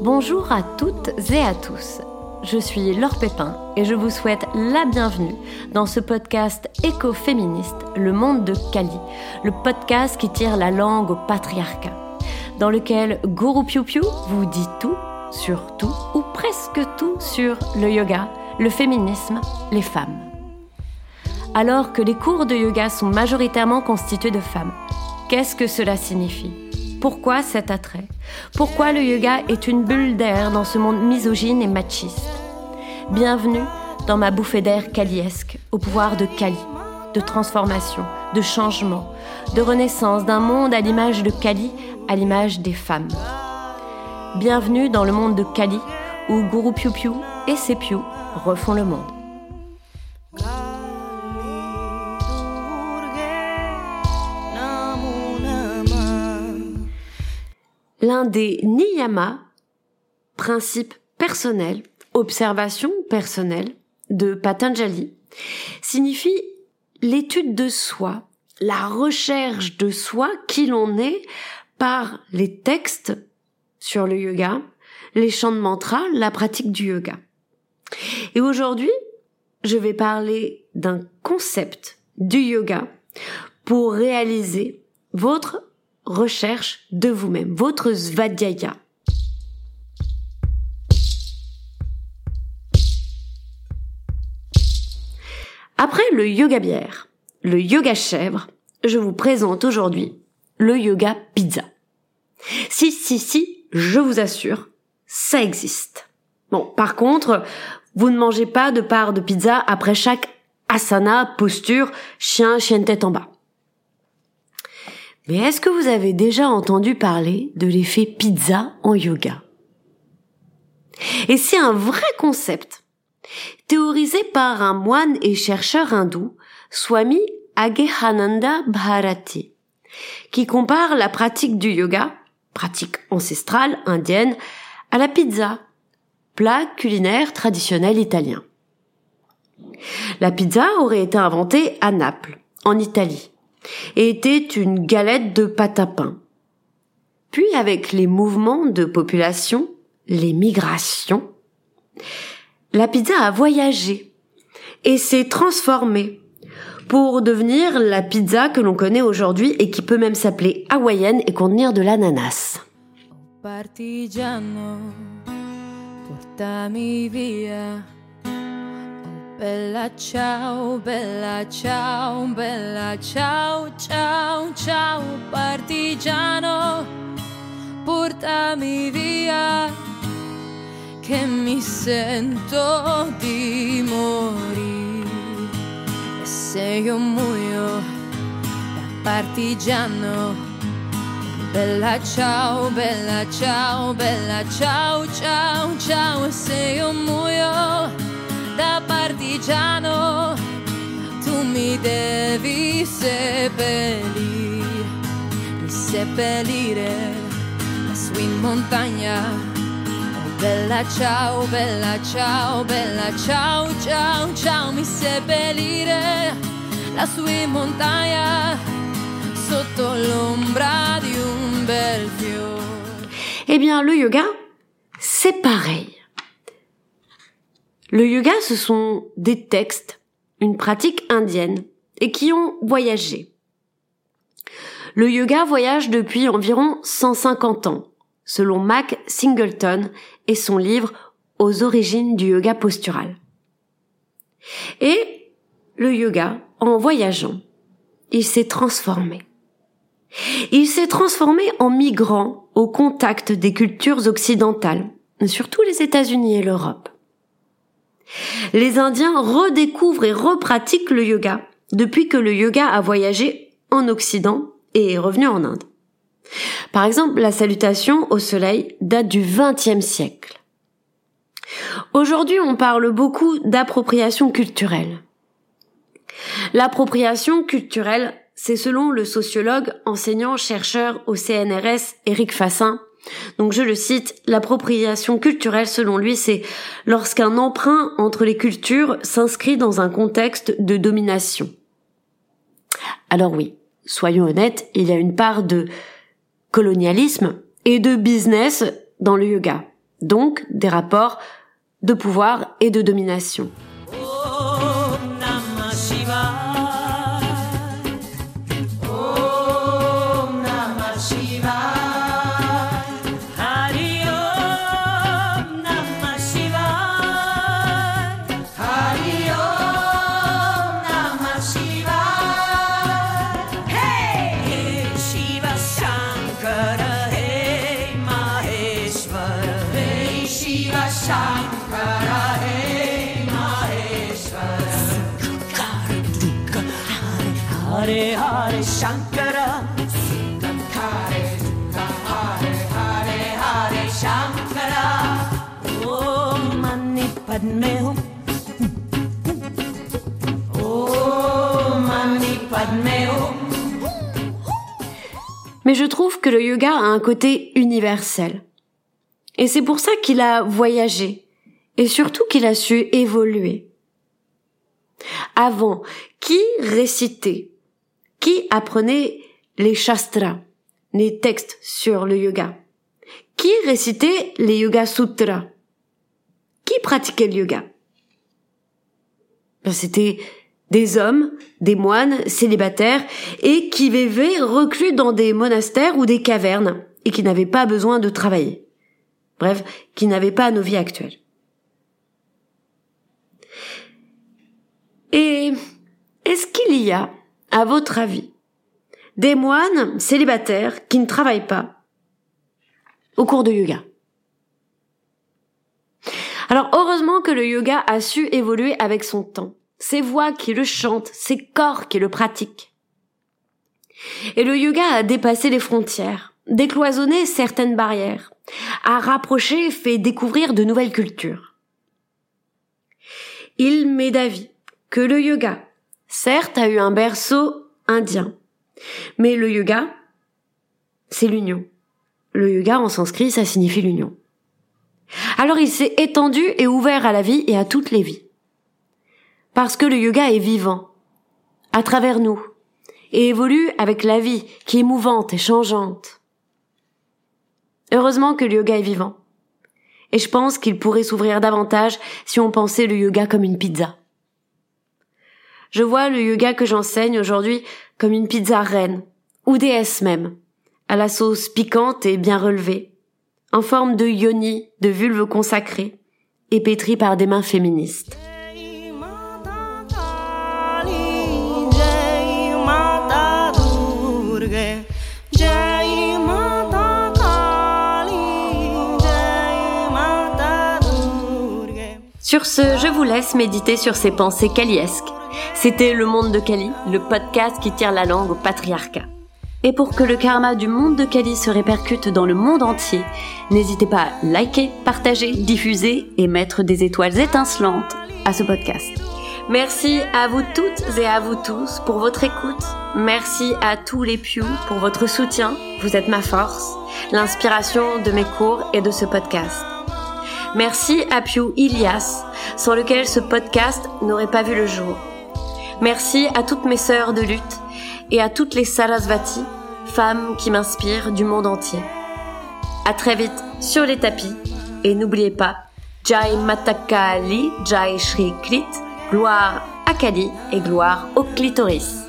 Bonjour à toutes et à tous. Je suis Laure Pépin et je vous souhaite la bienvenue dans ce podcast écoféministe, Le Monde de Kali, le podcast qui tire la langue au patriarcat, dans lequel Guru Piu Piu vous dit tout, sur tout ou presque tout sur le yoga, le féminisme, les femmes. Alors que les cours de yoga sont majoritairement constitués de femmes, qu'est-ce que cela signifie ? Pourquoi cet attrait ? Pourquoi le yoga est une bulle d'air dans ce monde misogyne et machiste ? Bienvenue dans ma bouffée d'air kaliesque, au pouvoir de Kali, de transformation, de changement, de renaissance d'un monde à l'image de Kali, à l'image des femmes. Bienvenue dans le monde de Kali, où Guru Piu Piu et ses Piu refont le monde. L'un des niyama, principes personnels, observations personnelles de Patanjali, signifie l'étude de soi, la recherche de soi, qui l'on est, par les textes sur le yoga, les chants de mantra, la pratique du yoga. Et aujourd'hui, je vais parler d'un concept du yoga pour réaliser votre recherche de vous-même, votre svadhyaya. Après le yoga bière, le yoga chèvre, je vous présente aujourd'hui le yoga pizza. Si, je vous assure, ça existe. Bon, par contre, vous ne mangez pas de part de pizza après chaque asana, posture, chien tête en bas. Mais est-ce que vous avez déjà entendu parler de l'effet pizza en yoga ? Et c'est un vrai concept, théorisé par un moine et chercheur hindou, Swami Aghehananda Bharati, qui compare la pratique du yoga, pratique ancestrale indienne, à la pizza, plat culinaire traditionnel italien. La pizza aurait été inventée à Naples, en Italie, et était une galette de pâte à pain. Puis, avec les mouvements de population, les migrations, la pizza a voyagé et s'est transformée pour devenir la pizza que l'on connaît aujourd'hui et qui peut même s'appeler hawaïenne et contenir de l'ananas. Partigiano, portami via. Bella ciao, ciao, ciao, partigiano, portami via, che mi sento di morire. E se io muoio da partigiano, bella ciao, ciao, ciao, ciao, e se io muoio da partigiano, tu mi devi seppellire lassù in montagna. Oh, bella ciao, ciao, ciao, ciao, mi seppellire lassù in montagna, sotto l'ombra di un bel fiore. Eh bien, le yoga, c'est pareil. Le yoga, ce sont des textes, une pratique indienne, et qui ont voyagé. Le yoga voyage depuis environ 150 ans, selon Mac Singleton et son livre « Aux origines du yoga postural ». Et le yoga, en voyageant, il s'est transformé. Il s'est transformé en migrant au contact des cultures occidentales, surtout les États-Unis et l'Europe. Les Indiens redécouvrent et repratiquent le yoga depuis que le yoga a voyagé en Occident et est revenu en Inde. Par exemple, la salutation au soleil date du XXe siècle. Aujourd'hui, on parle beaucoup d'appropriation culturelle. L'appropriation culturelle, c'est selon le sociologue, enseignant-chercheur au CNRS Éric Fassin. Donc je le cite, l'appropriation culturelle selon lui, c'est lorsqu'un emprunt entre les cultures s'inscrit dans un contexte de domination. Alors oui, soyons honnêtes, il y a une part de colonialisme et de business dans le yoga. donc des rapports de pouvoir et de domination. Hare Hare Shankara Hare Hare Hare Shankara Om Mani Padme Hum Om Mani Padme Hum. Mais je trouve que le yoga a un côté universel. Et c'est pour ça qu'il a voyagé et surtout qu'il a su évoluer. Avant, qui récitait? Qui apprenait les shastras, les textes sur le yoga? Qui récitait les Yoga Sutras? Qui pratiquait le yoga? C'était des hommes, des moines célibataires et qui vivaient reclus dans des monastères ou des cavernes et qui n'avaient pas besoin de travailler. Bref, qui n'avaient pas nos vies actuelles. Et est-ce qu'il y a, à votre avis, des moines célibataires qui ne travaillent pas au cours de yoga? Alors heureusement que le yoga a su évoluer avec son temps. Ses voix qui le chantent, ses corps qui le pratiquent. Et le yoga a dépassé les frontières, décloisonné certaines barrières, a rapproché et fait découvrir de nouvelles cultures. Il m'est d'avis que le yoga, certes, a eu un berceau indien, mais le yoga, c'est l'union. Le yoga en sanskrit, ça signifie l'union. Alors il s'est étendu et ouvert à la vie et à toutes les vies. Parce que le yoga est vivant, à travers nous, et évolue avec la vie qui est mouvante et changeante. Heureusement que le yoga est vivant. Et je pense qu'il pourrait s'ouvrir davantage si on pensait le yoga comme une pizza. Je vois le yoga que j'enseigne aujourd'hui comme une pizza reine, ou déesse même, à la sauce piquante et bien relevée, en forme de yoni, de vulve consacrée, et pétrie par des mains féministes. Sur ce, je vous laisse méditer sur ces pensées kaliesques. C'était Le Monde de Kali, le podcast qui tire la langue au patriarcat. Et pour que le karma du monde de Kali se répercute dans le monde entier, n'hésitez pas à liker, partager, diffuser et mettre des étoiles étincelantes à ce podcast. Merci à vous toutes et à vous tous pour votre écoute. Merci à tous les Piu pour votre soutien. Vous êtes ma force, l'inspiration de mes cours et de ce podcast. Merci à Piu Ilias, sans lequel ce podcast n'aurait pas vu le jour. Merci à toutes mes sœurs de lutte et à toutes les Sarasvati, femmes qui m'inspirent du monde entier. À très vite sur les tapis et n'oubliez pas, Jai Mata Kali, Jai Shri Klit, gloire à Kali et gloire au clitoris.